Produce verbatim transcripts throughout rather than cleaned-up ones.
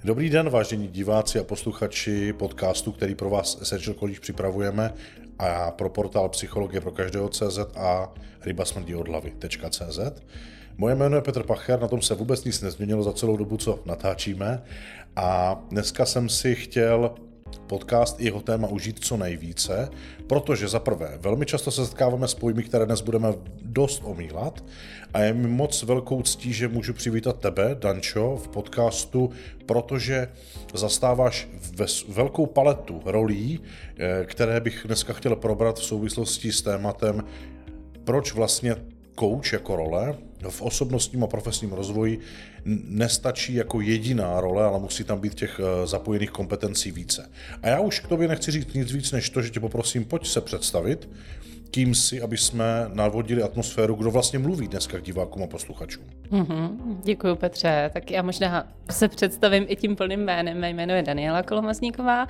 Dobrý den, vážení diváci a posluchači podcastu, který pro vás Essential College připravujeme a pro portál Psychologie pro každého tečka cé zet a ryba smrdí od hlavy tečka cé zet. Moje jméno je Petr Pacher, na tom se vůbec nic nezměnilo za celou dobu, co natáčíme. A dneska jsem si chtěl podcast i jeho téma užít co nejvíce, protože za prvé velmi často se setkáváme s pojmy, které dnes budeme dost omílat a je mi moc velkou ctí, že můžu přivítat tebe, Dančo, v podcastu, protože zastáváš velkou paletu rolí, které bych dneska chtěl probrat v souvislosti s tématem, proč vlastně coach jako role v osobnostním a profesním rozvoji nestačí jako jediná role, ale musí tam být těch zapojených kompetencí více. A já už k tobě nechci říct nic víc, než to, že tě poprosím, pojď se představit, kým si, aby jsme navodili atmosféru, kdo vlastně mluví dneska k divákům a posluchačům. Mm-hmm, děkuji, Petře. Tak já možná se představím i tím plným jménem. Mé jméno je Daniela Kolomazníková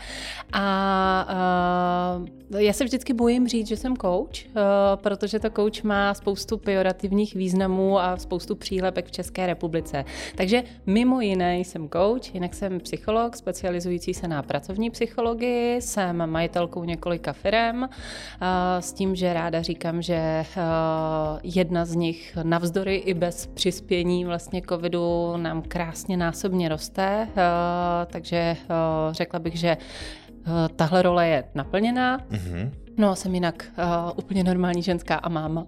a uh, já se vždycky bojím říct, že jsem coach, uh, protože to coach má spoustu pejorativních významů a spoustu přílepek v České republice. Takže mimo jiné jsem coach, jinak jsem psycholog, specializující se na pracovní psychologii, jsem majitelkou několika firem uh, s tím, že ráda říkám, že uh, jedna z nich navzdory i bez přispění vlastně covidu nám krásně násobně roste, uh, takže uh, řekla bych, že uh, tahle role je naplněná. Mm-hmm. No a jsem jinak uh, úplně normální ženská a máma.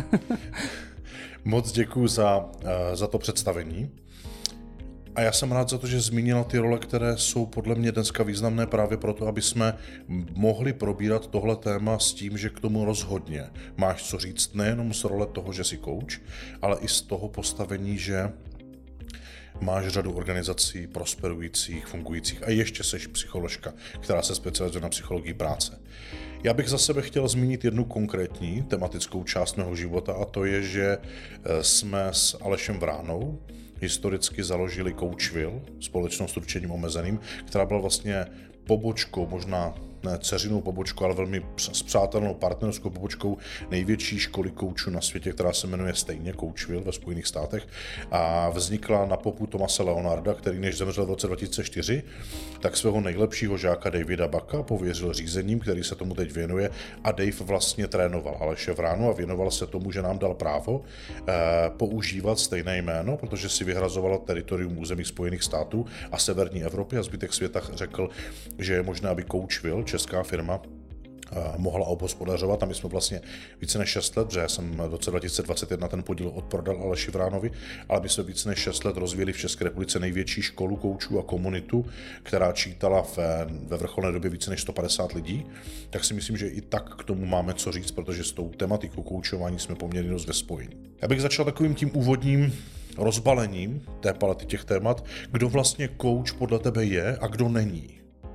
Moc děkuju za, uh, za to představení. A já jsem rád za to, že zmínila ty role, které jsou podle mě dneska významné právě proto, aby jsme mohli probírat tohle téma s tím, že k tomu rozhodně máš co říct nejenom z role toho, že jsi coach, ale i z toho postavení, že máš řadu organizací prosperujících, fungujících a ještě seš psycholožka, která se specializuje na psychologii práce. Já bych za sebe chtěl zmínit jednu konkrétní tematickou část mého života a to je, že jsme s Alešem Vránou historicky založili Coachville, společnost s ručením omezeným, která byla vlastně pobočkou, možná ne dceřinou pobočkou, ale velmi spřátelnou partnerskou pobočkou největší školy koučů na světě, která se jmenuje stejně Coachville ve Spojených státech a vznikla na popu Thomase Leonarda, který než zemřel v roce dva tisíce čtyři, tak svého nejlepšího žáka Davida Bucka pověřil řízením, který se tomu teď věnuje a Dave vlastně trénoval Aleše Vránu a věnoval se tomu, že nám dal právo eh, používat stejné jméno, protože si vyhrazovala teritorium území Spojených států a severní Evropy a zbytek světa řekl, že je možné, aby Coachville, česká firma, mohla obhospodařovat a my jsme vlastně více než šest let, že já jsem v roce dva tisíce dvacet jedna ten podíl odprodal Aleši Vránovi, ale my jsme více než šest let rozvíjeli v České republice největší školu koučů a komunitu, která čítala v, ve vrcholné době více než sto padesát lidí, tak si myslím, že i tak k tomu máme co říct, protože s tou tematikou koučování jsme poměrně dost ve spojení. Já bych začal takovým tím úvodním rozbalením té palety těch témat, kdo vlastně kouč podle tebe je a kdo není.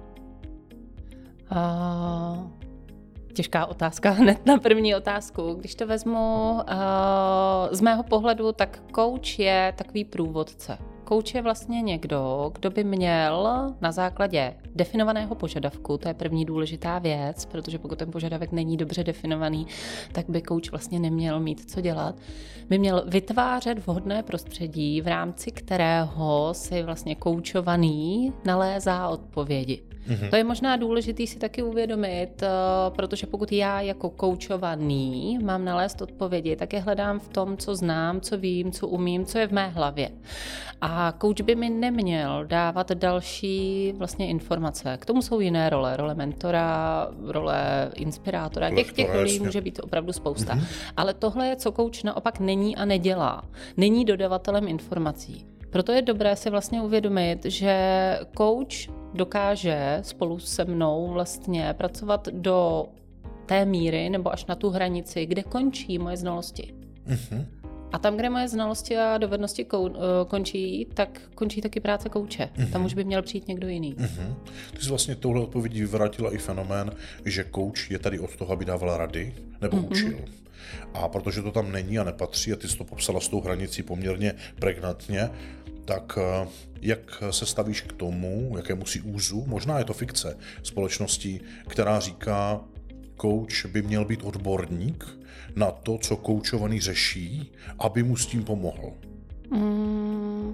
Uh... Těžká otázka hned na první otázku. Když to vezmu uh, z mého pohledu, tak coach je takový průvodce. Coach je vlastně někdo, kdo by měl na základě definovaného požadavku, to je první důležitá věc, protože pokud ten požadavek není dobře definovaný, tak by coach vlastně neměl mít co dělat, by měl vytvářet vhodné prostředí, v rámci kterého si vlastně koučovaný nalézá odpovědi. Mm-hmm. To je možná důležitý si taky uvědomit, protože pokud já jako koučovaný mám nalézt odpovědi, tak je hledám v tom, co znám, co vím, co umím, co je v mé hlavě. A coach by mi neměl dávat další vlastně informace. K tomu jsou jiné role, role mentora, role inspirátora. Těch, těch rolí může být opravdu spousta. Mm-hmm. Ale tohle je, co coach naopak není a nedělá. Není dodavatelem informací. Proto je dobré si vlastně uvědomit, že coach dokáže spolu se mnou vlastně pracovat do té míry nebo až na tu hranici, kde končí moje znalosti. Mm-hmm. A tam, kde moje znalosti a dovednosti kou- končí, tak končí taky práce kouče. Mm-hmm. Tam už by měl přijít někdo jiný. Mm-hmm. Ty jsi vlastně touhle odpovědí vyvrátila i fenomén, že kouč je tady od toho, aby dával rady nebo mm-hmm. učil. A protože to tam není a nepatří, a ty jsi to popsala s tou hranicí poměrně pregnantně, tak jak se stavíš k tomu, jakému si úzu, možná je to fikce společností, která říká, kouč by měl být odborník na to, co koučovaný řeší, aby mu s tím pomohl? Mm,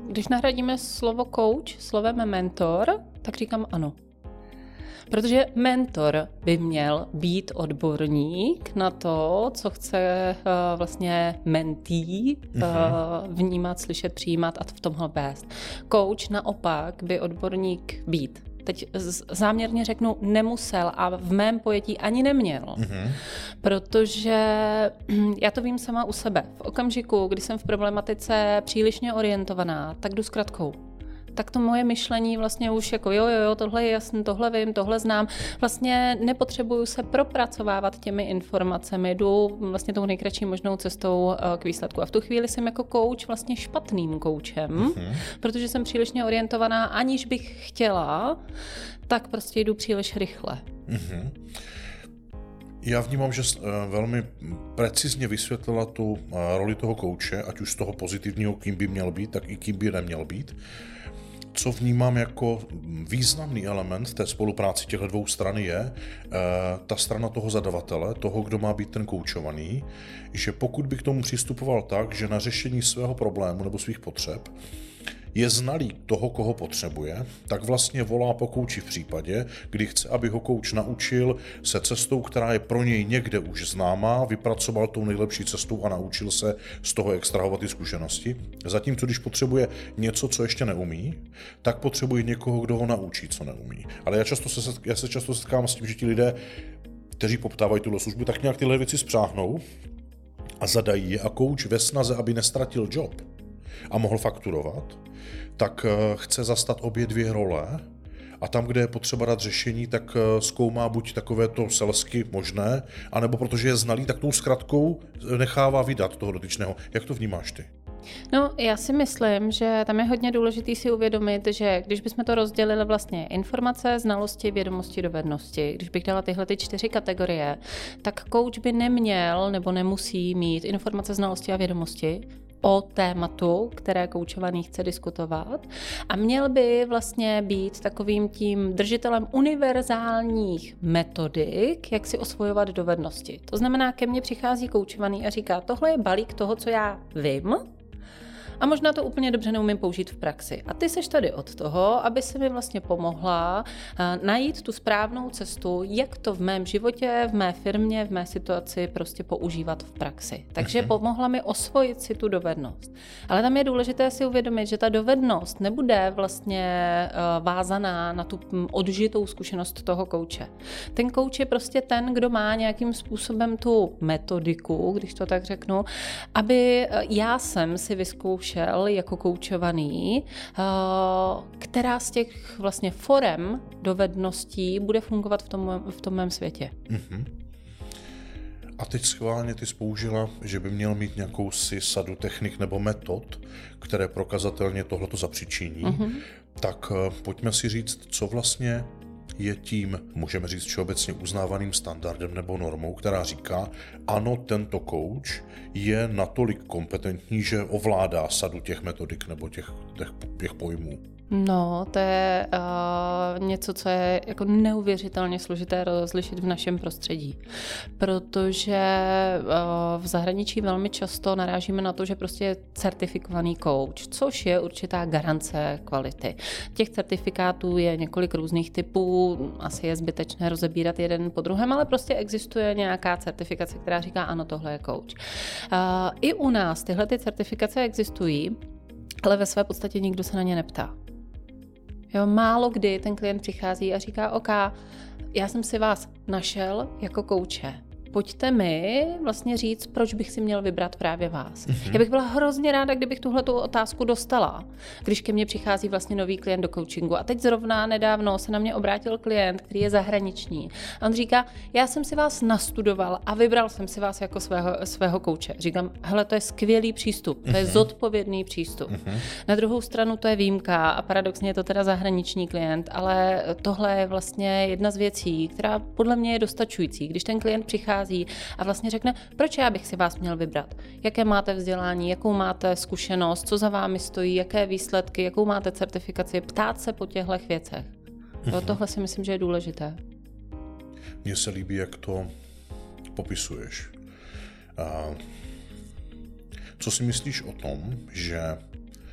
Když nahradíme slovo coach slovem mentor, tak říkám ano. Protože mentor by měl být odborník na to, co chce uh, vlastně mentee uh, vnímat, slyšet, přijímat a v tomhle vést. Coach naopak by odborník být. Teď záměrně řeknu nemusel a v mém pojetí ani neměl, mm-hmm. protože já to vím sama u sebe. V okamžiku, kdy jsem v problematice přílišně orientovaná, tak jdu s kratkou. Tak to moje myšlení vlastně už jako jo, jo, jo, tohle je jasný, tohle vím, tohle znám. Vlastně nepotřebuju se propracovávat těmi informacemi, jdu vlastně tou nejkratší možnou cestou k výsledku. A v tu chvíli jsem jako coach vlastně špatným koučem, mm-hmm. protože jsem přílišně orientovaná, aniž bych chtěla, tak prostě jdu příliš rychle. Mm-hmm. Já vnímám, že velmi precizně vysvětlila tu roli toho kouče, ať už z toho pozitivního, kým by měl být, tak i kým by neměl být. Co vnímám jako významný element té spolupráci těchto dvou stran je e, ta strana toho zadavatele, toho, kdo má být ten koučovaný, že pokud by k tomu přistupoval tak, že na řešení svého problému nebo svých potřeb je znalý toho, koho potřebuje, tak vlastně volá po kouči v případě, kdy chce, aby ho kouč naučil se cestou, která je pro něj někde už známá, vypracoval tou nejlepší cestou a naučil se z toho extrahovat ty zkušenosti. Zatímco, když potřebuje něco, co ještě neumí, tak potřebuje někoho, kdo ho naučí, co neumí. Ale já, často se, já se často setkám s tím, že ti lidé, kteří poptávají tuhle službu, tak nějak tyhle věci spřáhnou a zadají je a kouč ve snaze, aby nestratil job a mohl fakturovat, tak chce zastat obě dvě role a tam, kde je potřeba dát řešení, tak zkoumá buď takovéto selsky možné, anebo protože je znalý, tak tou zkratkou nechává vydat toho dotyčného. Jak to vnímáš ty? No, já si myslím, že tam je hodně důležitý si uvědomit, že když bychom to rozdělili vlastně informace, znalosti, vědomosti, dovednosti, když bych dala tyhle ty čtyři kategorie, tak coach by neměl nebo nemusí mít informace, znalosti a vědomosti o tématu, které koučovaný chce diskutovat a měl by vlastně být takovým tím držitelem univerzálních metodik, jak si osvojovat dovednosti. To znamená, ke mně přichází koučovaný a říká, tohle je balík toho, co já vím, a možná to úplně dobře neumím použít v praxi. A ty seš tady od toho, aby se mi vlastně pomohla najít tu správnou cestu, jak to v mém životě, v mé firmě, v mé situaci prostě používat v praxi. Takže uh-huh. pomohla mi osvojit si tu dovednost. Ale tam je důležité si uvědomit, že ta dovednost nebude vlastně vázaná na tu odžitou zkušenost toho kouče. Ten kouč je prostě ten, kdo má nějakým způsobem tu metodiku, když to tak řeknu, aby já jsem si vyzkoušel jako koučovaný, která z těch vlastně forem dovedností bude fungovat v tom, v tom mém světě. Mm-hmm. A teď schválně ty jsi použila, že by měl mít nějakou si sadu technik nebo metod, které prokazatelně tohleto zapříčiní. Mm-hmm. Tak pojďme si říct, co vlastně je tím, můžeme říct všeobecně uznávaným standardem nebo normou, která říká, ano, tento coach je natolik kompetentní, že ovládá sadu těch metodik nebo těch, těch, těch pojmů. No, to je uh, něco, co je jako neuvěřitelně složité rozlišit v našem prostředí. Protože uh, v zahraničí velmi často narážíme na to, že prostě je certifikovaný coach, což je určitá garance kvality. Těch certifikátů je několik různých typů, asi je zbytečné rozebírat jeden po druhém, ale prostě existuje nějaká certifikace, která říká, ano, tohle je coach. Uh, I u nás tyhle ty certifikace existují, ale ve své podstatě nikdo se na ně neptá. Jo, málo kdy ten klient přichází a říká, OK, já jsem si vás našel jako kouče. Pojďte mi vlastně říct, proč bych si měl vybrat právě vás. Mm-hmm. Já bych byla hrozně ráda, kdybych tuhletu otázku dostala, když ke mně přichází vlastně nový klient do coachingu. A teď zrovna nedávno se na mě obrátil klient, který je zahraniční. A on říká, já jsem si vás nastudoval a vybral jsem si vás jako svého, svého kouče. Říkám, hele, to je skvělý přístup, to je zodpovědný přístup. Mm-hmm. Na druhou stranu to je výjimka a paradoxně je to teda zahraniční klient, ale tohle je vlastně jedna z věcí, která podle mě je dostačující. Když ten klient přichází a vlastně řekne, proč já bych si vás měl vybrat. Jaké máte vzdělání, jakou máte zkušenost, co za vámi stojí, jaké výsledky, jakou máte certifikaci, ptát se po těchto věcech. Jo, tohle si myslím, že je důležité. Mně se líbí, jak to popisuješ. A co si myslíš o tom, že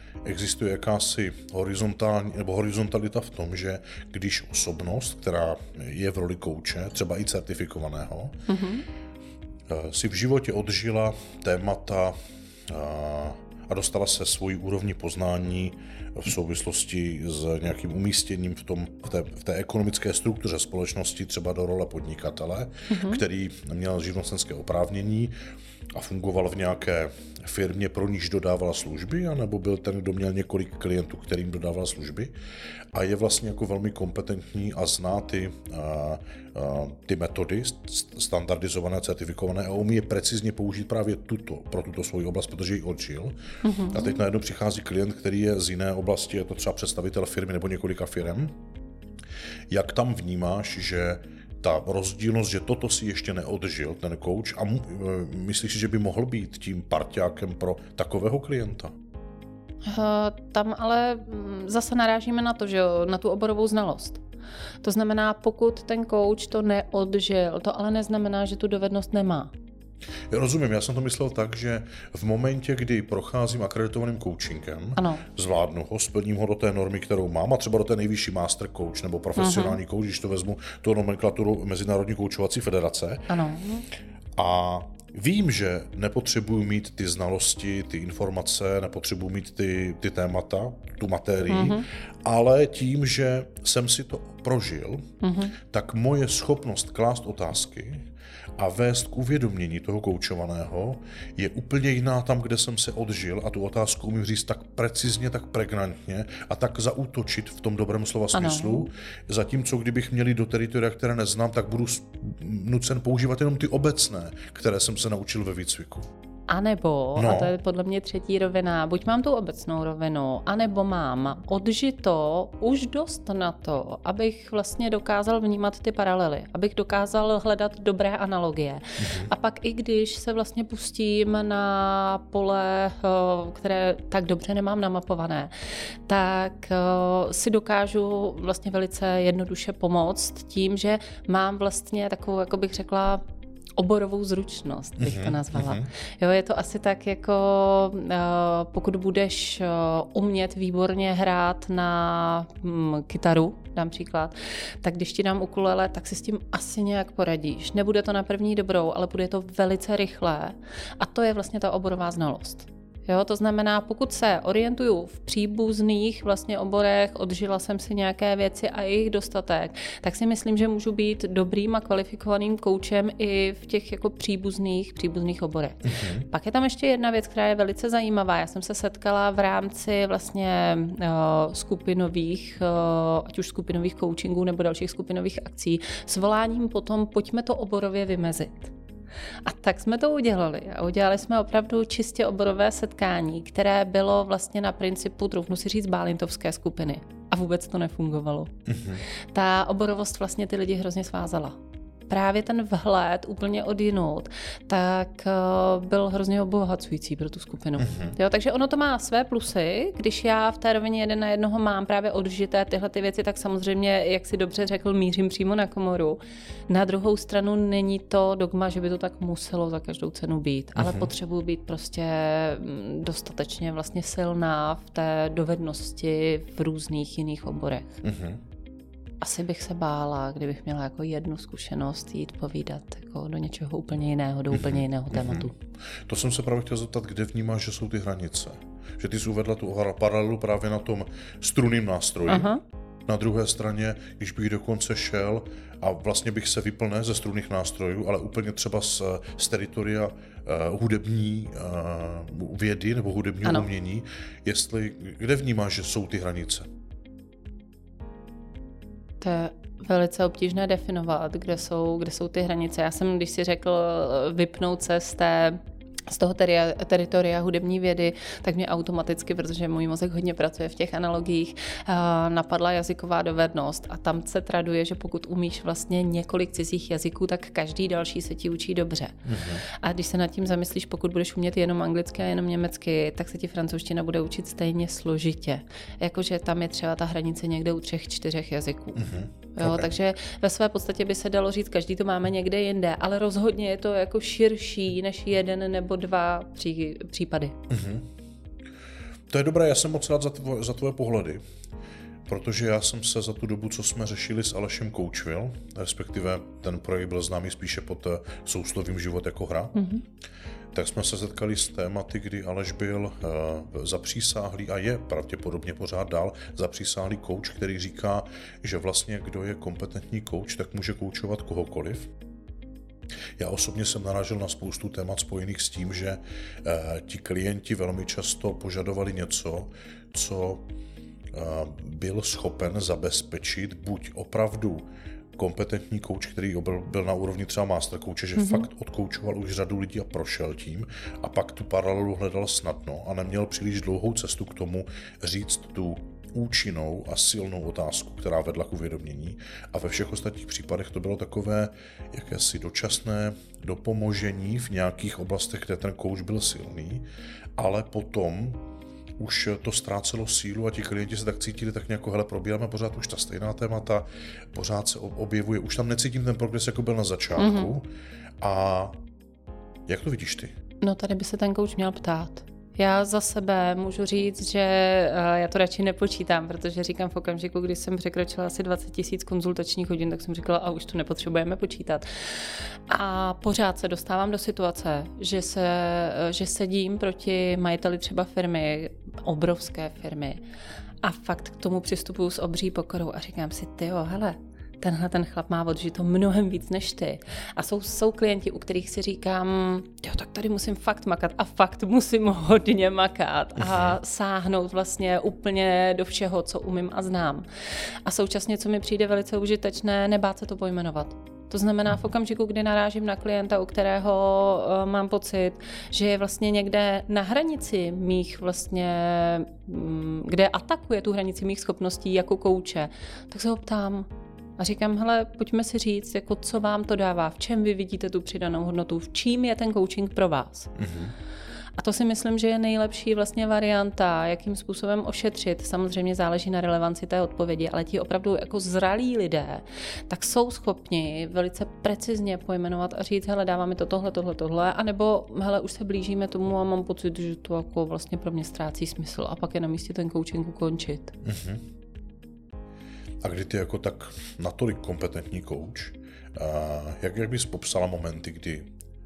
existuje jakási horizontální nebo horizontalita v tom, že když osobnost, která je v roli kouče, třeba i certifikovaného, mm-hmm. si v životě odžila témata a dostala se svojí úrovni poznání v souvislosti s nějakým umístěním v, tom, v, té, v té ekonomické struktuře společnosti, třeba do role podnikatele, mm-hmm. který měl živnostenské oprávnění a fungoval v nějaké firmě, pro níž dodávala služby, anebo byl ten, kdo měl několik klientů, kterým dodával služby a je vlastně jako velmi kompetentní a zná ty, a, a, ty metody standardizované, certifikované a umí je precizně použít právě tuto, pro tuto svoji oblast, protože ji odžil. Mm-hmm. A teď najednou přichází klient, který je z jiné oblasti, je to třeba představitel firmy nebo několika firem. Jak tam vnímáš, že ta rozdílnost, že toto si ještě neodžil, ten coach, a mu, myslíš si, že by mohl být tím parťákem pro takového klienta? Tam ale zase narážíme na to, že na tu oborovou znalost. To znamená, pokud ten coach to neodžil, to ale neznamená, že tu dovednost nemá. Já rozumím, já jsem to myslel tak, že v momentě, kdy procházím akreditovaným coachingem, ano. zvládnu ho, splním ho do té normy, kterou mám, a třeba do té nejvyšší master coach nebo profesionální uh-huh. coach, když to vezmu tu nomenklaturu Mezinárodní koučovací federace. Ano. A vím, že nepotřebuji mít ty znalosti, ty informace, nepotřebuji mít ty, ty témata, tu materii, uh-huh. ale tím, že jsem si to prožil, uh-huh. tak moje schopnost klást otázky a vést k uvědomění toho koučovaného je úplně jiná tam, kde jsem se odžil a tu otázku umím říct tak precizně, tak pregnantně a tak zaútočit v tom dobrém slova smyslu. Ano. Zatímco kdybych měl jít do teritoria, které neznám, tak budu nucen používat jenom ty obecné, které jsem se naučil ve výcviku. A nebo, no. a to je podle mě třetí rovina, buď mám tu obecnou rovinu, anebo mám odžito už dost na to, abych vlastně dokázal vnímat ty paralely, abych dokázal hledat dobré analogie. Mm-hmm. A pak i když se vlastně pustím na pole, které tak dobře nemám namapované, tak si dokážu vlastně velice jednoduše pomoct tím, že mám vlastně takovou, jako bych řekla, oborovou zručnost, bych to nazvala. Mm-hmm. Jo, je to asi tak, jako uh, pokud budeš uh, umět výborně hrát na um, kytaru, dám příklad, tak když ti dám ukulele, tak si s tím asi nějak poradíš. Nebude to na první dobrou, ale bude to velice rychlé. A to je vlastně ta oborová znalost. Jo, to znamená, pokud se orientuju v příbuzných vlastně oborech, odžila jsem si nějaké věci a jejich dostatek, tak si myslím, že můžu být dobrým a kvalifikovaným koučem i v těch jako příbuzných, příbuzných oborech. Mm-hmm. Pak je tam ještě jedna věc, která je velice zajímavá. Já jsem se setkala v rámci vlastně uh, skupinových, uh, ať už skupinových coachingů nebo dalších skupinových akcí, s voláním potom pojďme to oborově vymezit. A tak jsme to udělali. A udělali jsme opravdu čistě oborové setkání, které bylo vlastně na principu, troufnu si říct, bálintovské skupiny. A vůbec to nefungovalo. Mm-hmm. Ta oborovost vlastně ty lidi hrozně svázala. Právě ten vhled úplně odjinud, tak uh, byl hrozně obohacující pro tu skupinu. Mm-hmm. Jo, takže ono to má své plusy. Když já v té rovině jeden na jednoho mám právě odžité tyhle ty věci, tak samozřejmě, jak si dobře řekl, mířím přímo na komoru. Na druhou stranu není to dogma, že by to tak muselo za každou cenu být, mm-hmm. ale potřebuji být prostě dostatečně vlastně silná v té dovednosti v různých jiných oborech. Mm-hmm. Asi bych se bála, kdybych měla jako jednu zkušenost jít povídat jako do něčeho úplně jiného, do úplně jiného tématu. To jsem se právě chtěl zeptat, kde vnímáš, že jsou ty hranice? Že ty jsi uvedla tu paralelu právě na tom strunným nástroji. Aha. Na druhé straně, když bych dokonce šel a vlastně bych se vypl ne ze strunných nástrojů, ale úplně třeba z, z teritoria uh, hudební uh, vědy nebo hudebního ano. umění, jestli, kde vnímáš, že jsou ty hranice? To je velice obtížné definovat, kde jsou, kde jsou ty hranice. Já jsem, když si řekl vypnout se z té z toho teria, teritoria hudební vědy, tak mě automaticky, protože můj mozek hodně pracuje v těch analogiích, napadla jazyková dovednost a tam se traduje, že pokud umíš vlastně několik cizích jazyků, tak každý další se ti učí dobře. Mm-hmm. A když se nad tím zamyslíš, pokud budeš umět jenom anglicky a jenom německy, tak se ti francouzština bude učit stejně složitě. Jakože tam je třeba ta hranice někde u třech, čtyřech jazyků. Mm-hmm. Jo, okay. Takže ve své podstatě by se dalo říct, každý to máme někde jinde, ale rozhodně je to jako širší než jeden nebo dva pří, případy. Mm-hmm. To je dobré, já jsem moc rád za, tvo, za tvoje pohledy, protože já jsem se za tu dobu, co jsme řešili s Alešem Coachville, respektive ten projekt byl známý spíše pod souslovím Život jako hra, mm-hmm. tak jsme se setkali s tématy, kdy Aleš byl uh, zapřísáhlý a je pravděpodobně pořád dál zapřísáhlý coach, který říká, že vlastně kdo je kompetentní coach, tak může koučovat kohokoliv. Já osobně jsem narážel na spoustu témat spojených s tím, že uh, ti klienti velmi často požadovali něco, co uh, byl schopen zabezpečit buď opravdu kompetentní kouč, který byl, byl na úrovni třeba master kouče, že mm-hmm. fakt odkoučoval už řadu lidí a prošel tím a pak tu paralelu hledal snadno a neměl příliš dlouhou cestu k tomu říct tu účinnou a silnou otázku, která vedla k uvědomění, a ve všech ostatních případech to bylo takové jakési dočasné dopomožení v nějakých oblastech, kde ten kouč byl silný, ale potom už to ztrácelo sílu a ti klienti se tak cítili tak nějak, hele, probíráme pořád už ta stejná témata, pořád se objevuje, už tam necítím ten progres, jako byl na začátku. Mm-hmm. A jak to vidíš ty? No tady by se ten kouč měl ptát. Já za sebe můžu říct, že já to radši nepočítám, protože říkám v okamžiku, kdy jsem překročila asi dvacet tisíc konzultačních hodin, tak jsem říkala, a už to nepotřebujeme počítat. A pořád se dostávám do situace, že, se, že sedím proti majiteli třeba firmy, obrovské firmy, a fakt k tomu přistupuju s obří pokorou a říkám si, tyjo, hele, tenhle ten chlap má odžito mnohem víc než ty. A jsou, jsou klienti, u kterých si říkám, jo, tak tady musím fakt makat a fakt musím hodně makat a sáhnout vlastně úplně do všeho, co umím a znám. A současně, co mi přijde velice užitečné, nebát se to pojmenovat. To znamená v okamžiku, kdy narážím na klienta, u kterého uh, mám pocit, že je vlastně někde na hranici mých vlastně, um, kde atakuje tu hranici mých schopností jako kouče, tak se ho ptám. A říkám, hele, pojďme si říct, jako co vám to dává, v čem vy vidíte tu přidanou hodnotu, v čím je ten coaching pro vás. Mm-hmm. A to si myslím, že je nejlepší vlastně varianta, jakým způsobem ošetřit. Samozřejmě záleží na relevanci té odpovědi, ale ti opravdu jako zralí lidé, tak jsou schopni velice precizně pojmenovat a říct, hele, dává mi to tohle, tohle, tohle, anebo hele, už se blížíme tomu a mám pocit, že to jako vlastně pro mě ztrácí smysl a pak je na místě ten coaching ukončit. Mm-hmm. A kdy ty jako tak natolik kompetentní coach, jak, jak bys popsala momenty, kdy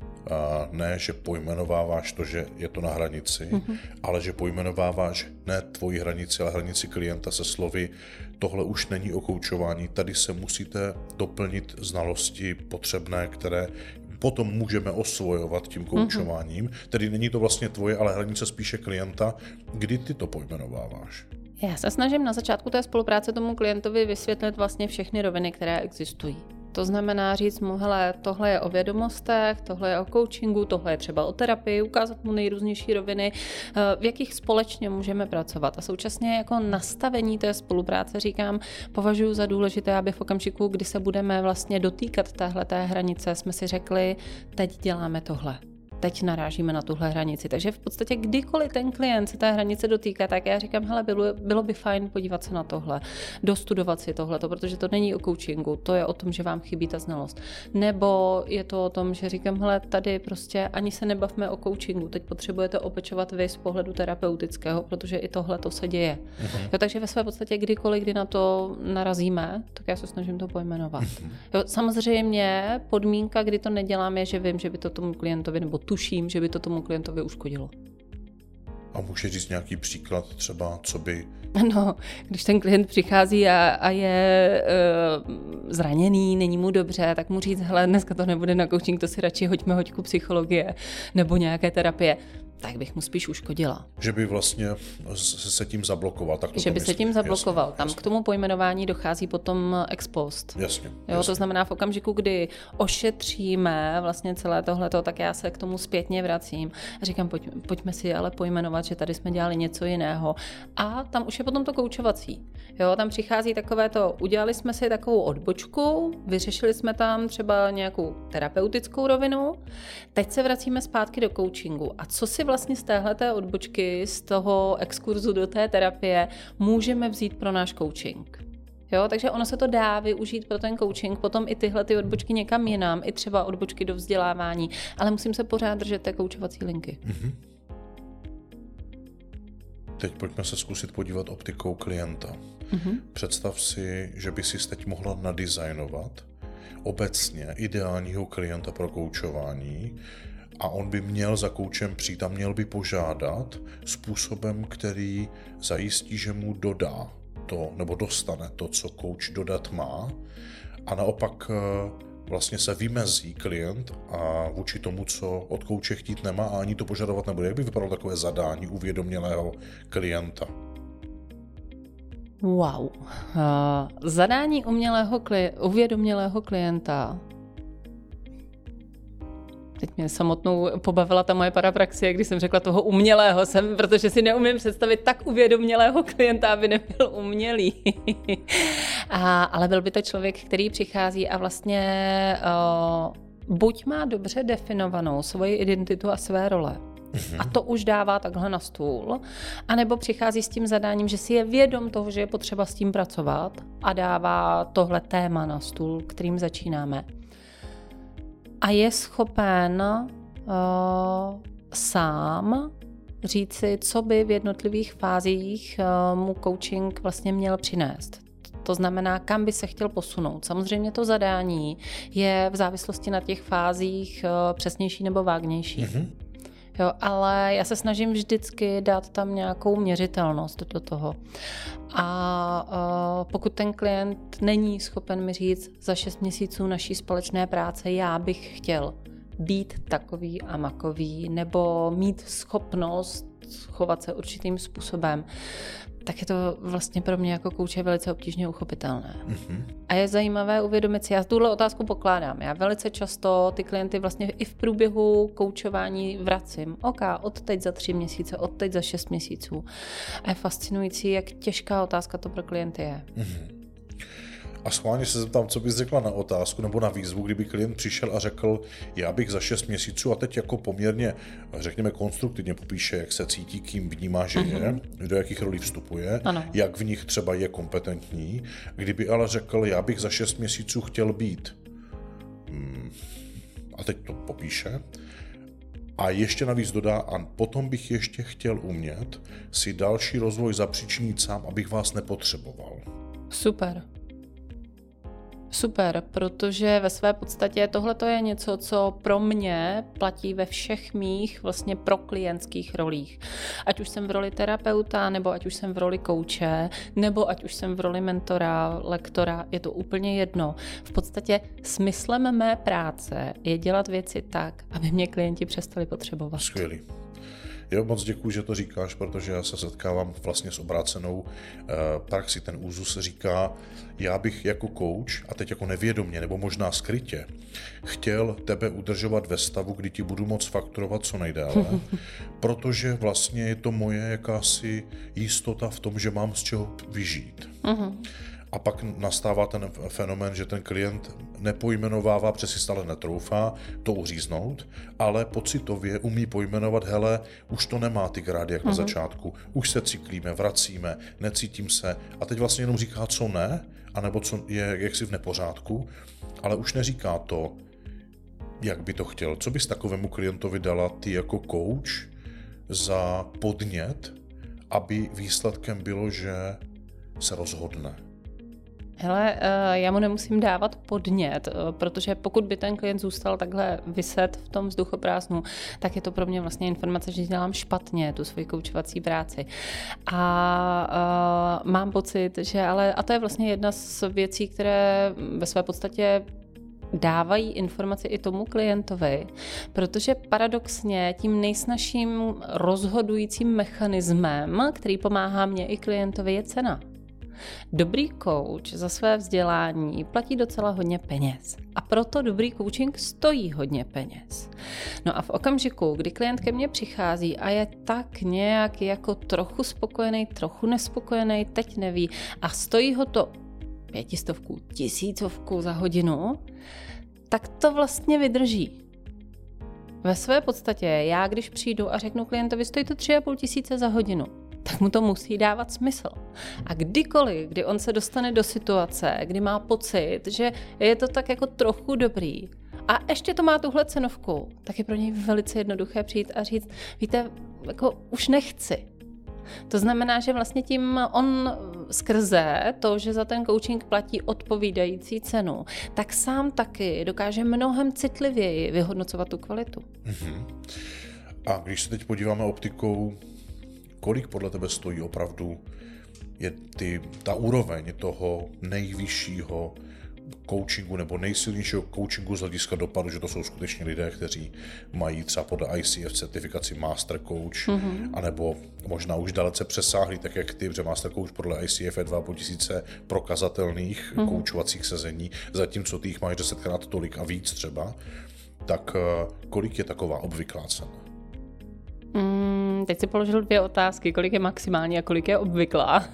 ne, že pojmenováváš to, že je to na hranici, mm-hmm. ale že pojmenováváš ne tvoji hranici, ale hranici klienta se slovy, tohle už není o koučování, tady se musíte doplnit znalosti potřebné, které potom můžeme osvojovat tím koučováním, mm-hmm. tedy není to vlastně tvoje, ale hranice spíše klienta. Kdy ty to pojmenováváš? Já se snažím na začátku té spolupráce tomu klientovi vysvětlit vlastně všechny roviny, které existují. To znamená říct mu, hele, tohle je o vědomostech, tohle je o coachingu, tohle je třeba o terapii, ukázat mu nejrůznější roviny, v jakých společně můžeme pracovat. A současně jako nastavení té spolupráce, říkám, považuji za důležité, aby v okamžiku, kdy se budeme vlastně dotýkat téhleté hranice, jsme si řekli, teď děláme tohle. Teď narážíme na tuhle hranici. Takže v podstatě kdykoliv ten klient se té hranice dotýká, tak já říkám, hele, bylo, bylo by fajn podívat se na tohle, dostudovat si tohleto, protože to není o coachingu, to je o tom, že vám chybí ta znalost. Nebo je to o tom, že říkám, hele, tady prostě ani se nebavme o coachingu, teď potřebujete opečovat vy z pohledu terapeutického, protože i tohle to se děje. Uh-huh. Jo, takže ve své podstatě kdykoliv, kdy na to narazíme, tak já se snažím to pojmenovat. Uh-huh. Jo, samozřejmě podmínka, kdy to nedělám, je, že vím, že by to tomu klientovi nebo tuším, že by to tomu klientovi uškodilo. A můžeš říct nějaký příklad třeba, co by... No, když ten klient přichází a, a je uh, zraněný, není mu dobře, tak mu říct, hele, dneska to nebude na coaching, to si radši hoďme hoďku psychologie nebo nějaké terapie. Tak bych mu spíš uškodila. Že by vlastně se tím zablokoval. Tak to že by myslí. se tím zablokoval. Jasně, Tam jasně. K tomu pojmenování dochází potom ex post. Jasně, jo, jasně. To znamená v okamžiku, kdy ošetříme vlastně celé tohleto, tak já se k tomu zpětně vracím a říkám, pojď, pojďme si ale pojmenovat, že tady jsme dělali něco jiného. A tam už je potom to koučovací. Jo, tam přichází takové to, udělali jsme si takovou odbočku, vyřešili jsme tam třeba nějakou terapeutickou rovinu, teď se vracíme zpátky do coachingu. A co si vlastně z téhleté odbočky, z toho exkurzu do té terapie můžeme vzít pro náš coaching. Jo, takže ono se to dá využít pro ten coaching, potom i tyhle ty odbočky někam jinam, i třeba odbočky do vzdělávání, ale musím se pořád držet té koučovací linky. Mm-hmm. Teď pojďme se zkusit podívat optikou klienta. Mm-hmm. Představ si, že by si teď mohla nadizajnovat obecně ideálního klienta pro koučování a on by měl za koučem přijít a měl by požádat způsobem, který zajistí, že mu dodá to, nebo dostane to, co kouč dodat má, a naopak vlastně se vymezí klient a vůči tomu, co od kouče chtít nemá a ani to požadovat nebude. Jak by vypadalo takové zadání uvědomělého klienta? Wow. Uh, zadání umělého kli- uvědomělého klienta. Teď mě samotnou pobavila ta moje parapraxie, když jsem řekla toho umělého, jsem, protože si neumím představit tak uvědomělého klienta, aby nebyl umělý. a, ale byl by to člověk, který přichází a vlastně uh, buď má dobře definovanou svoji identitu a své role, a to už dává takhle na stůl, anebo přichází s tím zadáním, že si je vědom toho, že je potřeba s tím pracovat a dává tohle téma na stůl, kterým začínáme. A je schopen uh, sám říci, co by v jednotlivých fázích uh, mu coaching vlastně měl přinést. To znamená, kam by se chtěl posunout. Samozřejmě to zadání je v závislosti na těch fázích uh, přesnější nebo vágnější. Mm-hmm. Jo, ale já se snažím vždycky dát tam nějakou měřitelnost do toho. A uh, pokud ten klient není schopen mi říct za šest měsíců naší společné práce, já bych chtěl být takový a makový, nebo mít schopnost chovat se určitým způsobem, tak je to vlastně pro mě jako kouče velice obtížně uchopitelné. Mm-hmm. A je zajímavé uvědomit si, já tuhle otázku pokládám. Já velice často ty klienty vlastně i v průběhu koučování vracím. OK, od teď za tři měsíce, od teď za šest měsíců. A je fascinující, jak těžká otázka to pro klienty je. Mm-hmm. A schválně se zeptám, co bys řekla na otázku nebo na výzvu, kdyby klient přišel a řekl, já bych za šest měsíců, a teď jako poměrně, řekněme, konstruktivně popíše, jak se cítí, kým vnímá, že je, do jakých rolí vstupuje, ano. Jak v nich třeba je kompetentní. Kdyby ale řekl, já bych za šest měsíců chtěl být, hmm, a teď to popíše, a ještě navíc dodá, a potom bych ještě chtěl umět si další rozvoj zapříčinit sám, abych vás nepotřeboval. Super. Super, protože ve své podstatě tohle je něco, co pro mě platí ve všech mých vlastně proklientských rolích. Ať už jsem v roli terapeuta, nebo ať už jsem v roli kouče, nebo ať už jsem v roli mentora, lektora, je to úplně jedno. V podstatě smyslem mé práce je dělat věci tak, aby mě klienti přestali potřebovat. Skvělý. Jo, moc děkuju, že to říkáš, protože já se setkávám vlastně s obrácenou eh, praxi. Ten úzus říká, já bych jako coach, a teď jako nevědomě, nebo možná skrytě, chtěl tebe udržovat ve stavu, kdy ti budu moct fakturovat co nejdéle, protože vlastně je to moje jakási jistota v tom, že mám z čeho vyžít. Uh-huh. A pak nastává ten fenomén, že ten klient nepojmenovává, protože si stále netroufá to uříznout, ale pocitově umí pojmenovat, hele, už to nemá ty grády jak uh-huh. na začátku, už se cyklíme, vracíme, necítím se, a teď vlastně jenom říká, co ne, anebo co je jaksi v nepořádku, ale už neříká to, jak by to chtěl. Co bys takovému klientovi dala ty jako coach za podnět, aby výsledkem bylo, že se rozhodne? Hele, já mu nemusím dávat podnět, protože pokud by ten klient zůstal takhle viset v tom vzduchoprázdnu, tak je to pro mě vlastně informace, že dělám špatně tu svoji koučovací práci. A uh, mám pocit, že ale, a to je vlastně jedna z věcí, které ve své podstatě dávají informaci i tomu klientovi, protože paradoxně tím nejsnažším rozhodujícím mechanismem, který pomáhá mě i klientovi, je cena. Dobrý coach za své vzdělání platí docela hodně peněz a proto dobrý coaching stojí hodně peněz. No a v okamžiku, kdy klient ke mně přichází a je tak nějak jako trochu spokojený, trochu nespokojený, teď neví a stojí ho to pětistovku, tisícovku za hodinu, tak to vlastně vydrží. Ve své podstatě já, když přijdu a řeknu klientovi, stojí to tři a půl tisíce za hodinu, tak mu to musí dávat smysl. A kdykoliv, kdy on se dostane do situace, kdy má pocit, že je to tak jako trochu dobrý a ještě to má tuhle cenovku, tak je pro něj velice jednoduché přijít a říct, víte, jako už nechci. To znamená, že vlastně tím on skrze to, že za ten coaching platí odpovídající cenu, tak sám taky dokáže mnohem citlivěji vyhodnocovat tu kvalitu. Mm-hmm. A když se teď podíváme optikou, kolik podle tebe stojí opravdu je ty, ta úroveň toho nejvyššího coachingu nebo nejsilnějšího coachingu z hlediska dopadu, že to jsou skutečně lidé, kteří mají třeba podle I C F certifikaci Master Coach, mm-hmm. anebo možná už dalece přesáhlí, tak jak ty, protože Master Coach podle I C F je dva tisíce prokazatelných mm-hmm. koučovacích sezení, zatímco ty jich máš desetkrát tolik a víc třeba, tak kolik je taková obvyklá cena? Mm, teď si položil dvě otázky, kolik je maximální a kolik je obvyklá.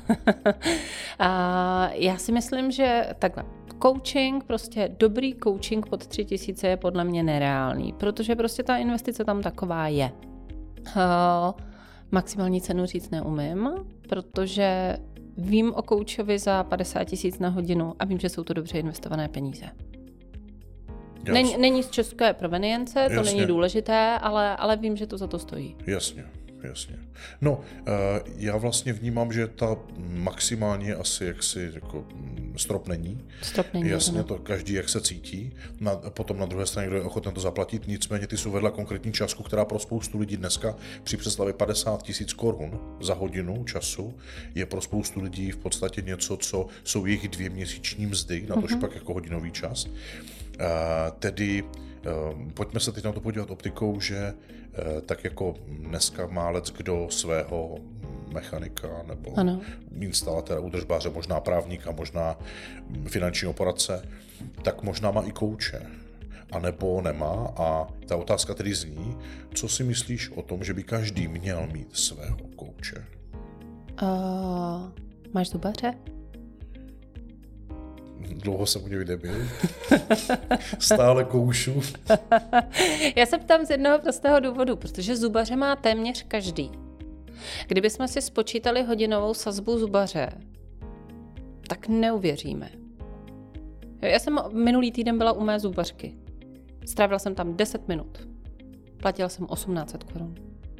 A já si myslím, že takhle, coaching, prostě dobrý coaching pod tři tisíce je podle mě nereálný, protože prostě ta investice tam taková je. Uh, maximální cenu říct neumím, protože vím o koučovi za padesát tisíc na hodinu a vím, že jsou to dobře investované peníze. Není, není z české provenience, to Jasně. není důležité, ale, ale vím, že to za to stojí. Jasně, jasně. No, já vlastně vnímám, že ta maximální asi jaksi jako strop není. Strop není. Jasně, to každý jak se cítí. Na, potom na druhé straně, kdo je ochoten to zaplatit, nicméně ty jsi uvedla konkrétní částku, která pro spoustu lidí dneska při představě padesát tisíc korun za hodinu času je pro spoustu lidí v podstatě něco, co jsou jejich dvě měsíční mzdy, na to mm-hmm. pak jako hodinový čas. Uh, tedy uh, pojďme se teď na to podívat optikou, že uh, tak jako dneska má lec kdo svého mechanika nebo ano. instalatéra, údržbáře, možná právníka, možná finančního poradce, tak možná má i kouče, anebo nemá. A ta otázka tedy zní, co si myslíš o tom, že by každý měl mít svého kouče? Uh, máš zubaře? Dlouho jsem u něj nebyl. Stále koušu. Já se ptám z jednoho prostého důvodu, protože zubaře má téměř každý. Kdybychom si spočítali hodinovou sazbu zubaře, tak neuvěříme. Já jsem minulý týden byla u mé zubařky. Strávila jsem tam deset minut. Platila jsem osmnáct set korun.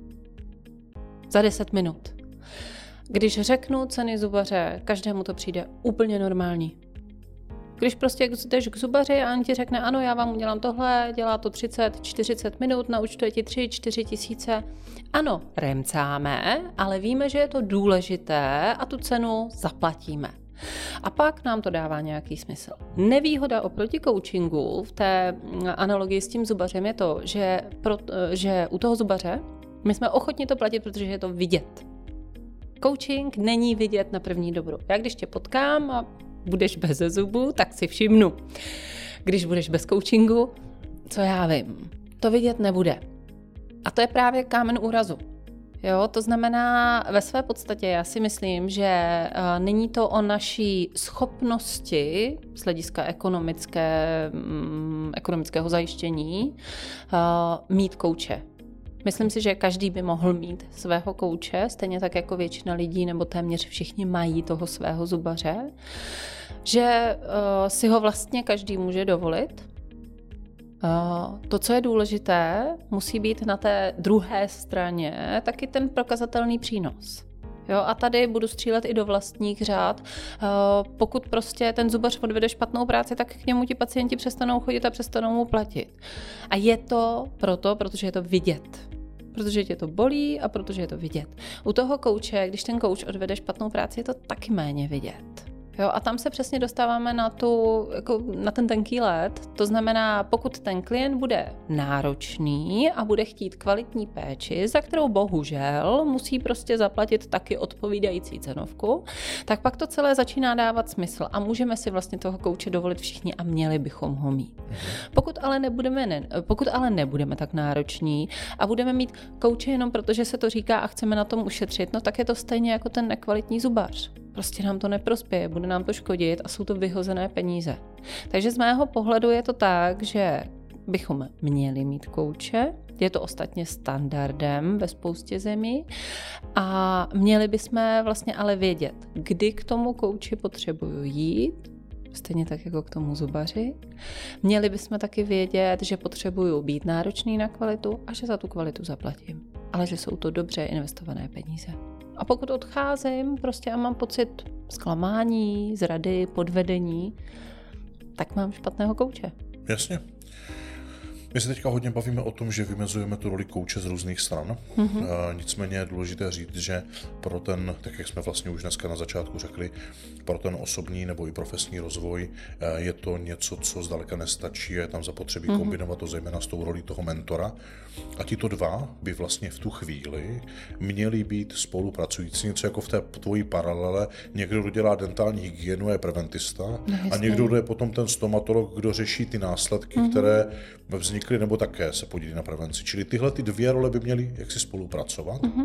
Za deset minut. Když řeknu ceny zubaře, každému to přijde úplně normální. Když prostě jdeš k zubaři a on ti řekne, ano, já vám udělám tohle, dělá to třicet čtyřicet minut, naúčtuje ti tři čtyři tisíce. Ano, remcáme, ale víme, že je to důležité a tu cenu zaplatíme. A pak nám to dává nějaký smysl. Nevýhoda oproti coachingu v té analogii s tím zubařem je to, že, pro, že u toho zubaře my jsme ochotni to platit, protože je to vidět. Coaching není vidět na první dobro. Já když tě potkám a budeš bez zubu, tak si všimnu. Když budeš bez coachingu, co já vím, to vidět nebude. A to je právě kámen úrazu. Jo, to znamená, ve své podstatě já si myslím, že uh, není to o naší schopnosti z hlediska ekonomické, um, ekonomického zajištění uh, mít kouče. Myslím si, že každý by mohl mít svého kouče, stejně tak jako většina lidí, nebo téměř všichni mají toho svého zubaře, že uh, si ho vlastně každý může dovolit. Uh, to, co je důležité, musí být na té druhé straně taky ten prokazatelný přínos. Jo, a tady budu střílet i do vlastních řád. Uh, pokud prostě ten zubař odvede špatnou práci, tak k němu ti pacienti přestanou chodit a přestanou mu platit. A je to proto, protože je to vidět. Protože tě to bolí a protože je to vidět. U toho kouče, když ten kouč odvede špatnou práci, je to taky méně vidět. Jo, a tam se přesně dostáváme na, tu, jako na ten tenký led. To znamená, pokud ten klient bude náročný a bude chtít kvalitní péči, za kterou bohužel musí prostě zaplatit taky odpovídající cenovku, tak pak to celé začíná dávat smysl a můžeme si vlastně toho kouče dovolit všichni a měli bychom ho mít. Pokud ale nebudeme, ne, pokud ale nebudeme tak nároční a budeme mít kouče jenom proto, že se to říká a chceme na tom ušetřit, no tak je to stejně jako ten nekvalitní zubař. Prostě nám to neprospěje, bude nám to škodit a jsou to vyhozené peníze. Takže z mého pohledu je to tak, že bychom měli mít kouče, je to ostatně standardem ve spoustě zemí a měli bychom vlastně ale vědět, kdy k tomu kouči potřebuju jít, stejně tak jako k tomu zubaři. Měli bychom taky vědět, že potřebuju být náročný na kvalitu a že za tu kvalitu zaplatím, ale že jsou to dobře investované peníze. A pokud odcházím prostě a mám pocit zklamání, zrady, podvedení, tak mám špatného kouče. Jasně. My se teďka hodně bavíme o tom, že vymezujeme tu roli kouče z různých stran. Mm-hmm. E, nicméně je důležité říct, že pro ten, tak jak jsme vlastně už dneska na začátku řekli, pro ten osobní nebo i profesní rozvoj e, je to něco, co zdaleka nestačí, je tam zapotřebí mm-hmm. kombinovat to zejména s tou rolí toho mentora. A tito dva by vlastně v tu chvíli měli být spolupracující, něco jako v té tvojí paralele. Někdo, kdo dělá dentální hygienu, je preventista no, a někdo, kdo je potom ten stomatolog, kdo řeší ty následky, mm-hmm. které vznikly nebo také se podílí na prevenci. Čili tyhle ty dvě role by měly jaksi spolupracovat. Mm-hmm.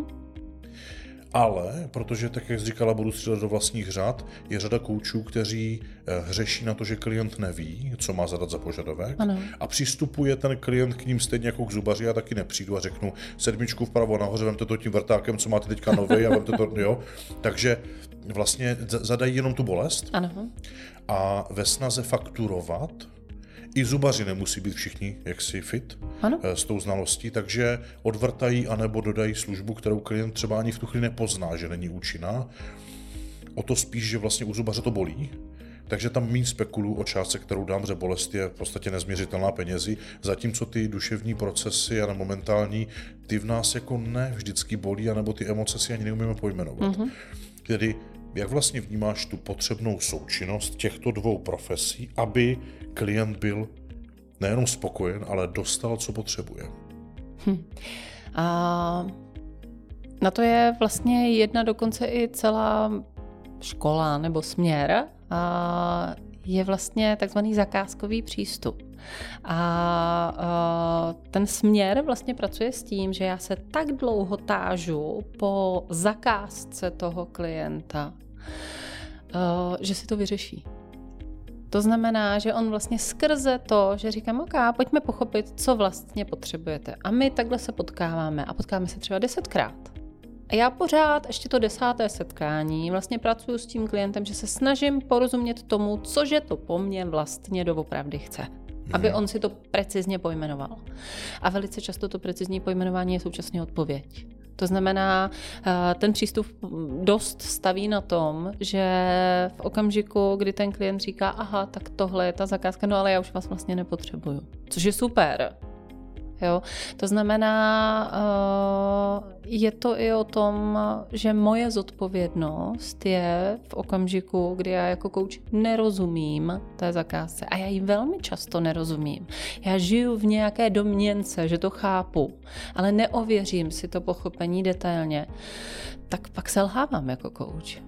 Ale, protože tak, jak jsi říkala, budu střílet do vlastních řad, je řada koučů, kteří hřeší na to, že klient neví, co má zadat za požadavek ano. a přistupuje ten klient k ním stejně jako k zubaři, já taky nepřijdu a řeknu sedmičku vpravo nahoře, vemte to tím vrtákem, co máte teďka novej a vemte to, jo. Takže vlastně zadají jenom tu bolest ano. a ve snaze fakturovat i zubaři nemusí být všichni jaksi fit ano. s tou znalostí, takže odvrtají anebo dodají službu, kterou klient třeba ani v tu chvíli nepozná, že není účinná. O to spíš, že vlastně u zubaře to bolí, takže tam méně spekuluju o částce, kterou dám, že bolest je v podstatě nezměřitelná penězi, zatímco ty duševní procesy a momentální, ty v nás jako ne vždycky bolí, anebo ty emoce si ani neumíme pojmenovat. Mm-hmm. Tedy jak vlastně vnímáš tu potřebnou součinnost těchto dvou profesí, aby klient byl nejenom spokojen, ale dostal, co potřebuje? Hm. A na to je vlastně jedna dokonce i celá škola nebo směr. A je vlastně takzvaný zakázkový přístup. A, a ten směr vlastně pracuje s tím, že já se tak dlouho tážu po zakázce toho klienta, že si to vyřeší. To znamená, že on vlastně skrze to, že říkám, ok, pojďme pochopit, co vlastně potřebujete. A my takhle se potkáváme a potkáme se třeba desetkrát. A já pořád ještě to desáté setkání vlastně pracuji s tím klientem, že se snažím porozumět tomu, cože to po mně vlastně doopravdy chce. Aby on si to precizně pojmenoval. A velice často to precizní pojmenování je současně odpověď. To znamená, ten přístup dost staví na tom, že v okamžiku, kdy ten klient říká, aha, tak tohle je ta zakázka, no ale já už vás vlastně nepotřebuju. Což je super. Jo? To znamená, je to i o tom, že moje zodpovědnost je v okamžiku, kdy já jako coach nerozumím té zakázce a já ji velmi často nerozumím. Já žiju v nějaké domněnce, že to chápu, ale neověřím si to pochopení detailně, tak pak selhávám jako coach.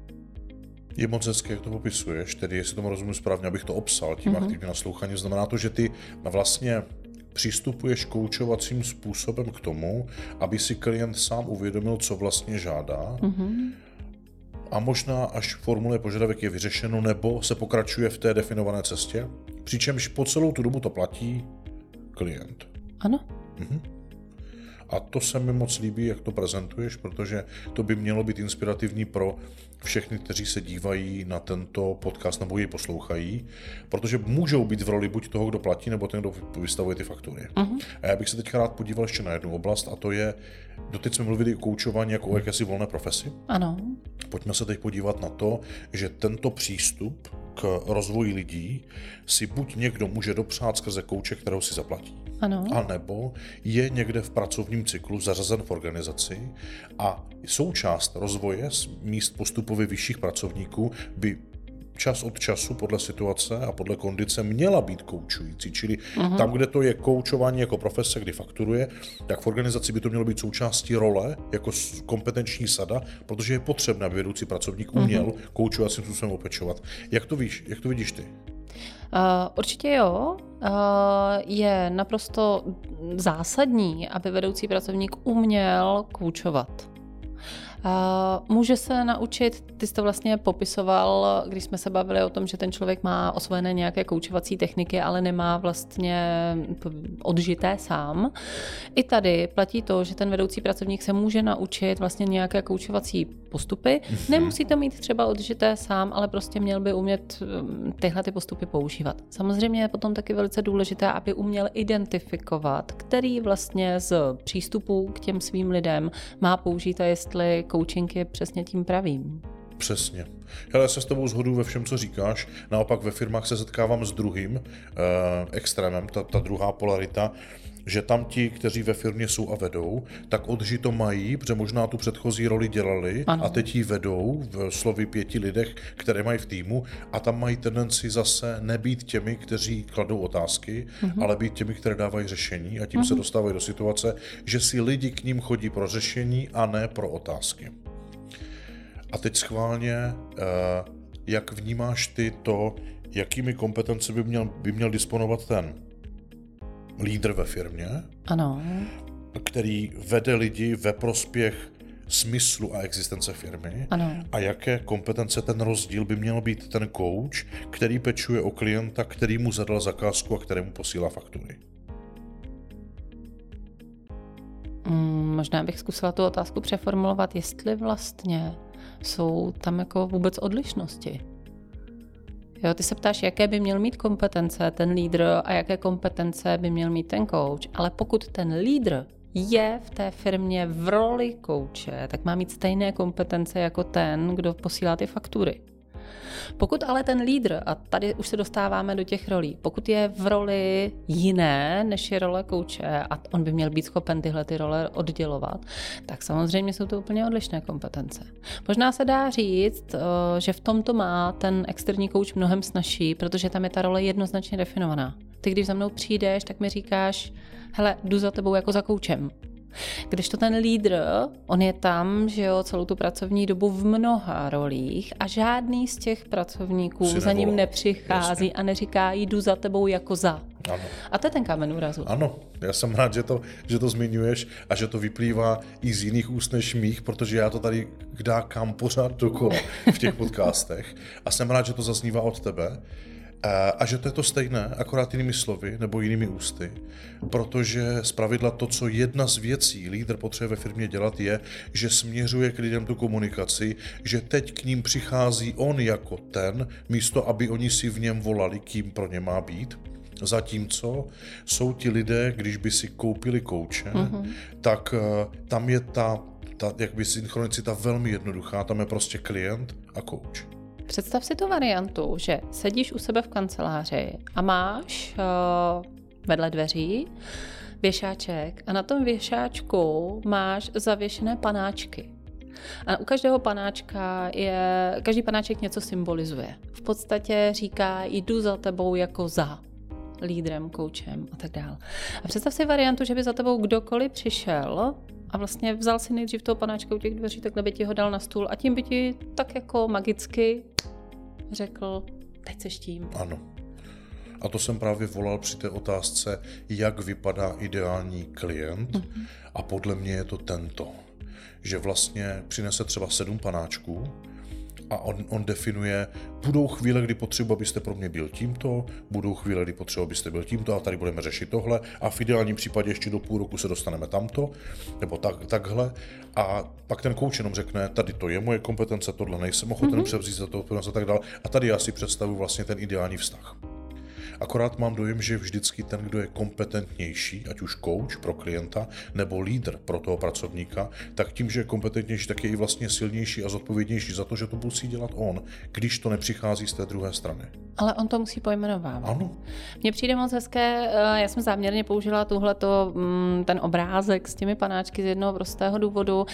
Je moc hezké, jak to popisuješ, tedy jestli tomu rozumím správně, abych to obsal tím mm-hmm. aktivním nasloucháním, znamená to, že ty vlastně přistupuješ koučovacím způsobem k tomu, aby si klient sám uvědomil, co vlastně žádá mm-hmm. a možná až formule požadavek je vyřešeno, nebo se pokračuje v té definované cestě, přičemž po celou tu dobu to platí klient. Ano. Mm-hmm. A to se mi moc líbí, jak to prezentuješ, protože to by mělo být inspirativní pro všechny, kteří se dívají na tento podcast nebo jej poslouchají, protože můžou být v roli buď toho, kdo platí, nebo ten, kdo vystavuje ty faktury. Uh-huh. A já bych se teďka rád podíval ještě na jednu oblast, a to je, doteď jsme mluvili o koučování jako o jakési volné profesi. Ano. Pojďme se teď podívat na to, že tento přístup k rozvoji lidí si buď někdo může dopřát skrze kouče, kterou si zaplatí, ano. a nebo je někde v pracovním cyklu zařazen v organizaci a součást rozvoje z míst postupově vyšších pracovníků by čas od času podle situace a podle kondice měla být koučující. Čili uh-huh. tam, kde to je koučování jako profese, kdy fakturuje, tak v organizaci by to mělo být součástí role jako kompetenční sada, protože je potřebné, aby vedoucí pracovník uměl uh-huh. koučovacím způsobem opečovat. Jak to víš, jak to vidíš ty? Uh, určitě jo. Uh, je naprosto zásadní, aby vedoucí pracovník uměl koučovat. Uh, může se naučit, ty jsi to vlastně popisoval, když jsme se bavili o tom, že ten člověk má osvojené nějaké koučovací techniky, ale nemá vlastně odžité sám. I tady platí to, že ten vedoucí pracovník se může naučit vlastně nějaké koučovací postupy. Mm-hmm. Nemusí to mít třeba odžité sám, ale prostě měl by umět tyhle ty postupy používat. Samozřejmě je potom taky velice důležité, aby uměl identifikovat, který vlastně z přístupů k těm svým lidem má použít a jestli coaching je přesně tím pravým. Přesně. Já se s tebou shoduju ve všem, co říkáš. Naopak ve firmách se setkávám s druhým eh, extrémem, ta, ta druhá polarita, že tam ti, kteří ve firmě jsou a vedou, tak odžito mají, protože možná tu předchozí roli dělali ano. a teď ji vedou v slovy pěti lidech, které mají v týmu a tam mají tendenci zase nebýt těmi, kteří kladou otázky, uh-huh. ale být těmi, které dávají řešení a tím uh-huh. se dostávají do situace, že si lidi k ním chodí pro řešení a ne pro otázky. A teď schválně, jak vnímáš ty to, jakými kompetenci by měl, by měl disponovat ten lídr ve firmě, ano. který vede lidi ve prospěch smyslu a existence firmy ano. a jaké kompetence ten rozdíl by měl být ten coach, který pečuje o klienta, který mu zadal zakázku a kterému posílá faktury. Hmm, možná bych zkusila tu otázku přeformulovat, jestli vlastně jsou tam jako vůbec odlišnosti. Jo, ty se ptáš, jaké by měl mít kompetence ten lídr a jaké kompetence by měl mít ten coach, ale pokud ten lídr je v té firmě v roli kouče, tak má mít stejné kompetence jako ten, kdo posílá ty faktury. Pokud ale ten lídr, a tady už se dostáváme do těch rolí, pokud je v roli jiné, než je role kouče a on by měl být schopen tyhle ty role oddělovat, tak samozřejmě jsou to úplně odlišné kompetence. Možná se dá říct, že v tomto má ten externí kouč mnohem snazší, protože tam je ta role jednoznačně definovaná. Ty, když za mnou přijdeš, tak mi říkáš, hele, jdu za tebou jako za koučem. Když to ten lídr, on je tam, že jo, celou tu pracovní dobu v mnoha rolích a žádný z těch pracovníků za ním nepřichází Jasně. a neříká, jdu za tebou jako za. Ano. A to je ten kámen úrazu. Ano, já jsem rád, že to, že to zmiňuješ a že to vyplývá i z jiných úst než mých, protože já to tady dákám pořád dokola v těch podcastech a jsem rád, že to zaznívá od tebe. A že to je to stejné, akorát jinými slovy nebo jinými ústy, protože zpravidla to, co jedna z věcí lídr potřebuje ve firmě dělat, je, že směřuje k lidem tu komunikaci, že teď k ním přichází on jako ten, místo aby oni si v něm volali, kým pro ně má být. Zatímco jsou ti lidé, když by si koupili kouče, mm-hmm. tak tam je ta, ta jakby synchronicita velmi jednoduchá, tam je prostě klient a kouč. Představ si tu variantu, že sedíš u sebe v kanceláři a máš uh, vedle dveří věšáček a na tom věšáčku máš zavěšené panáčky. A u každého panáčka je, každý panáček něco symbolizuje. V podstatě říká, jdu za tebou jako za lídrem, koučem a tak dále. A představ si variantu, že by za tebou kdokoliv přišel a vlastně vzal si nejdřív toho panáčka u těch dveří, takhle by ti ho dal na stůl a tím by ti tak jako magicky řekl, teď seš tím. Ano. A to jsem právě volal při té otázce, jak vypadá ideální klient mm-hmm. a podle mě je to tento, že vlastně přinese třeba sedm panáčků a on, on definuje, budou chvíle, kdy potřebuji, abyste pro mě byl tímto, budou chvíle, kdy potřebuji, abyste byl tímto a tady budeme řešit tohle a v ideálním případě ještě do půl roku se dostaneme tamto, nebo tak, takhle a pak ten kouč jenom řekne, tady to je moje kompetence, tohle nejsem ochoten mm-hmm. převzít za to a tak dále a tady já si představuji vlastně ten ideální vztah. Akorát mám dojem, že vždycky ten, kdo je kompetentnější, ať už coach pro klienta nebo lídr pro toho pracovníka, tak tím, že je kompetentnější, tak je i vlastně silnější a zodpovědnější za to, že to musí dělat on, když to nepřichází z té druhé strany. Ale on to musí pojmenovávat. Ano. Mně přijde moc hezké, já jsem záměrně použila tuhleto, ten obrázek s těmi panáčky z jednoho prostého důvodu.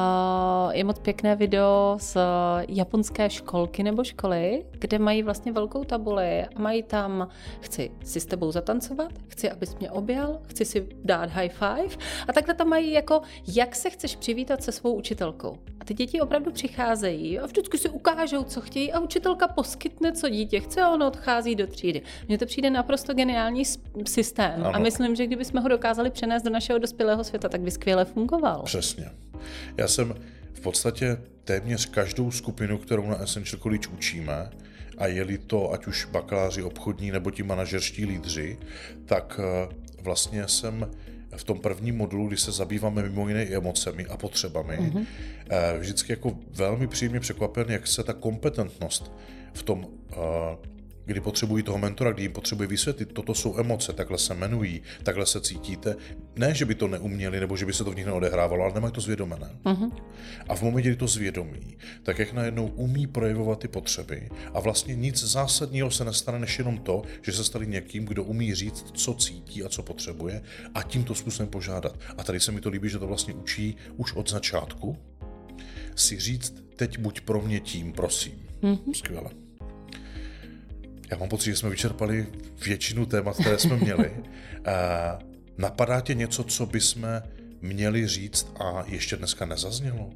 Je moc pěkné video z japonské školky nebo školy, kde mají vlastně velkou tabuli a mají tam chci si s tebou zatancovat, chci, abys mě objal, chci si dát high five a takhle tam mají jako, jak se chceš přivítat se svou učitelkou. A ty děti opravdu přicházejí a vždycky si ukážou, co chtějí a učitelka poskytne, co dítě chce a ono odchází do třídy. Mně to přijde naprosto geniální systém ano. a myslím, že kdybychom ho dokázali přenést do našeho dospělého světa, tak by skvěle fungoval. Přesně. Já jsem v podstatě téměř každou skupinu, kterou na Essential College učíme, a je-li to ať už bakaláři obchodní nebo ti manažerští lídři, tak vlastně jsem v tom prvním modulu, kdy se zabýváme mimo jiné i emocemi a potřebami, mm-hmm. vždycky jako velmi příjemně překvapen, jak se ta kompetentnost v tom kdy potřebují toho mentora, kdy jim potřebují vysvětlit, toto jsou emoce, takhle se jmenují, takhle se cítíte. Ne, že by to neuměli, nebo že by se to v nich neodehrávalo, ale nemají to zvědomené. Uh-huh. A v momentě, kdy to zvědomí, tak jak najednou umí projevovat ty potřeby a vlastně nic zásadního se nestane, než jenom to, že se stali někým, kdo umí říct, co cítí a co potřebuje a tímto způsobem požádat. A tady se mi to líbí, že to vlastně učí už od začátku si říct, teď buď pro mě tím, prosím. Mm-hmm. Skvěle. Já mám pocit, že jsme vyčerpali většinu témat, které jsme měli. Napadá tě něco, co bychom měli říct a ještě dneska nezaznělo?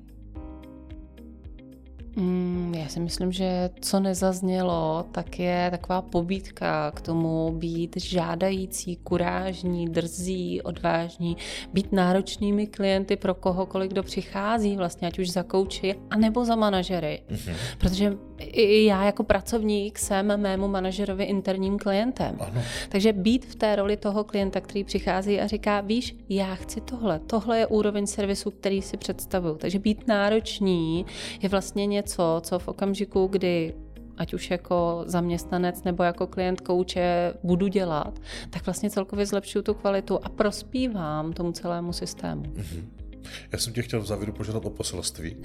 Mm, já si myslím, že co nezaznělo, tak je taková pobídka k tomu být žádající, kurážní, drzí, odvážní, být náročnými klienty pro kohokoliv, kdo přichází vlastně, ať už za kouči, anebo za manažery. Mm-hmm. Protože i já jako pracovník jsem mému manažerovi interním klientem. Ano. Takže být v té roli toho klienta, který přichází a říká, víš, já chci tohle, tohle je úroveň servisu, který si představuju. Takže být náročný je vlastně něco, co v okamžiku, kdy ať už jako zaměstnanec nebo jako klient kouče budu dělat, tak vlastně celkově zlepšuju tu kvalitu a prospívám tomu celému systému. Mm-hmm. Já jsem tě chtěl v závěru požádat o poselství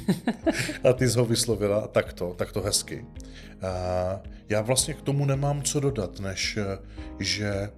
a ty jsi ho vyslovila takto, takto hezky. Já vlastně k tomu nemám co dodat, než že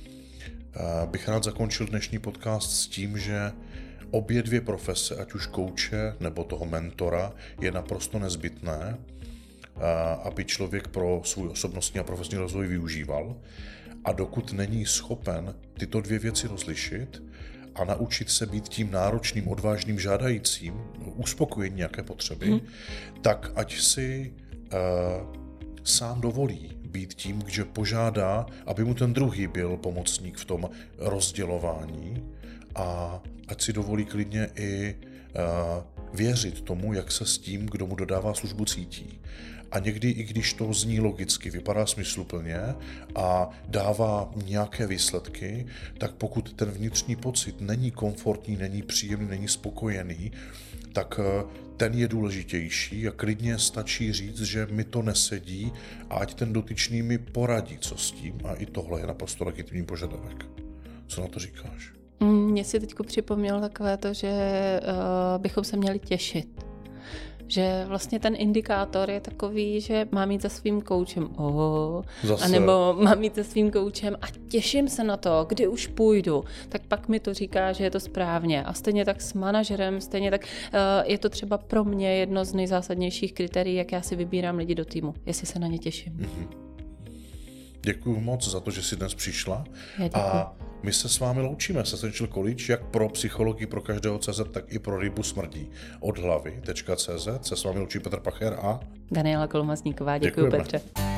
bych rád zakončil dnešní podcast s tím, že obě dvě profese, ať už kouče nebo toho mentora, je naprosto nezbytné, aby člověk pro svůj osobnostní a profesní rozvoj využíval. A dokud není schopen tyto dvě věci rozlišit a naučit se být tím náročným, odvážným, žádajícím, uspokojit nějaké potřeby, hmm. tak ať si uh, sám dovolí být tím, že požádá, aby mu ten druhý byl pomocník v tom rozdělování a ať si dovolí klidně i uh, věřit tomu, jak se s tím, kdo mu dodává službu, cítí. A někdy, i když to zní logicky, vypadá smysluplně a dává nějaké výsledky, tak pokud ten vnitřní pocit není komfortní, není příjemný, není spokojený, tak ten je důležitější a klidně stačí říct, že mi to nesedí a ať ten dotyčný mi poradí, co s tím. A i tohle je naprosto legitimní požadavek. Co na to říkáš? Mně si teď připomněl takové to, že uh, bychom se měli těšit. Že vlastně ten indikátor je takový, že mám jít za svým koučem, oh, anebo mám jít za svým koučem a těším se na to, kdy už půjdu, tak pak mi to říká, že je to správně. A stejně tak s manažerem, stejně tak uh, je to třeba pro mě jedno z nejzásadnějších kritérií, jak já si vybírám lidi do týmu, jestli se na ně těším. Mm-hmm. Děkuju moc za to, že jsi dnes přišla a my se s vámi loučíme. Sessenčil College, jak pro psychologii pro každého C Z, tak i pro rybu smrdí. Od hlavy tečka cé zet se s vámi loučí Petr Pacher a Daniela Kolomazníková. Děkuju, Petře.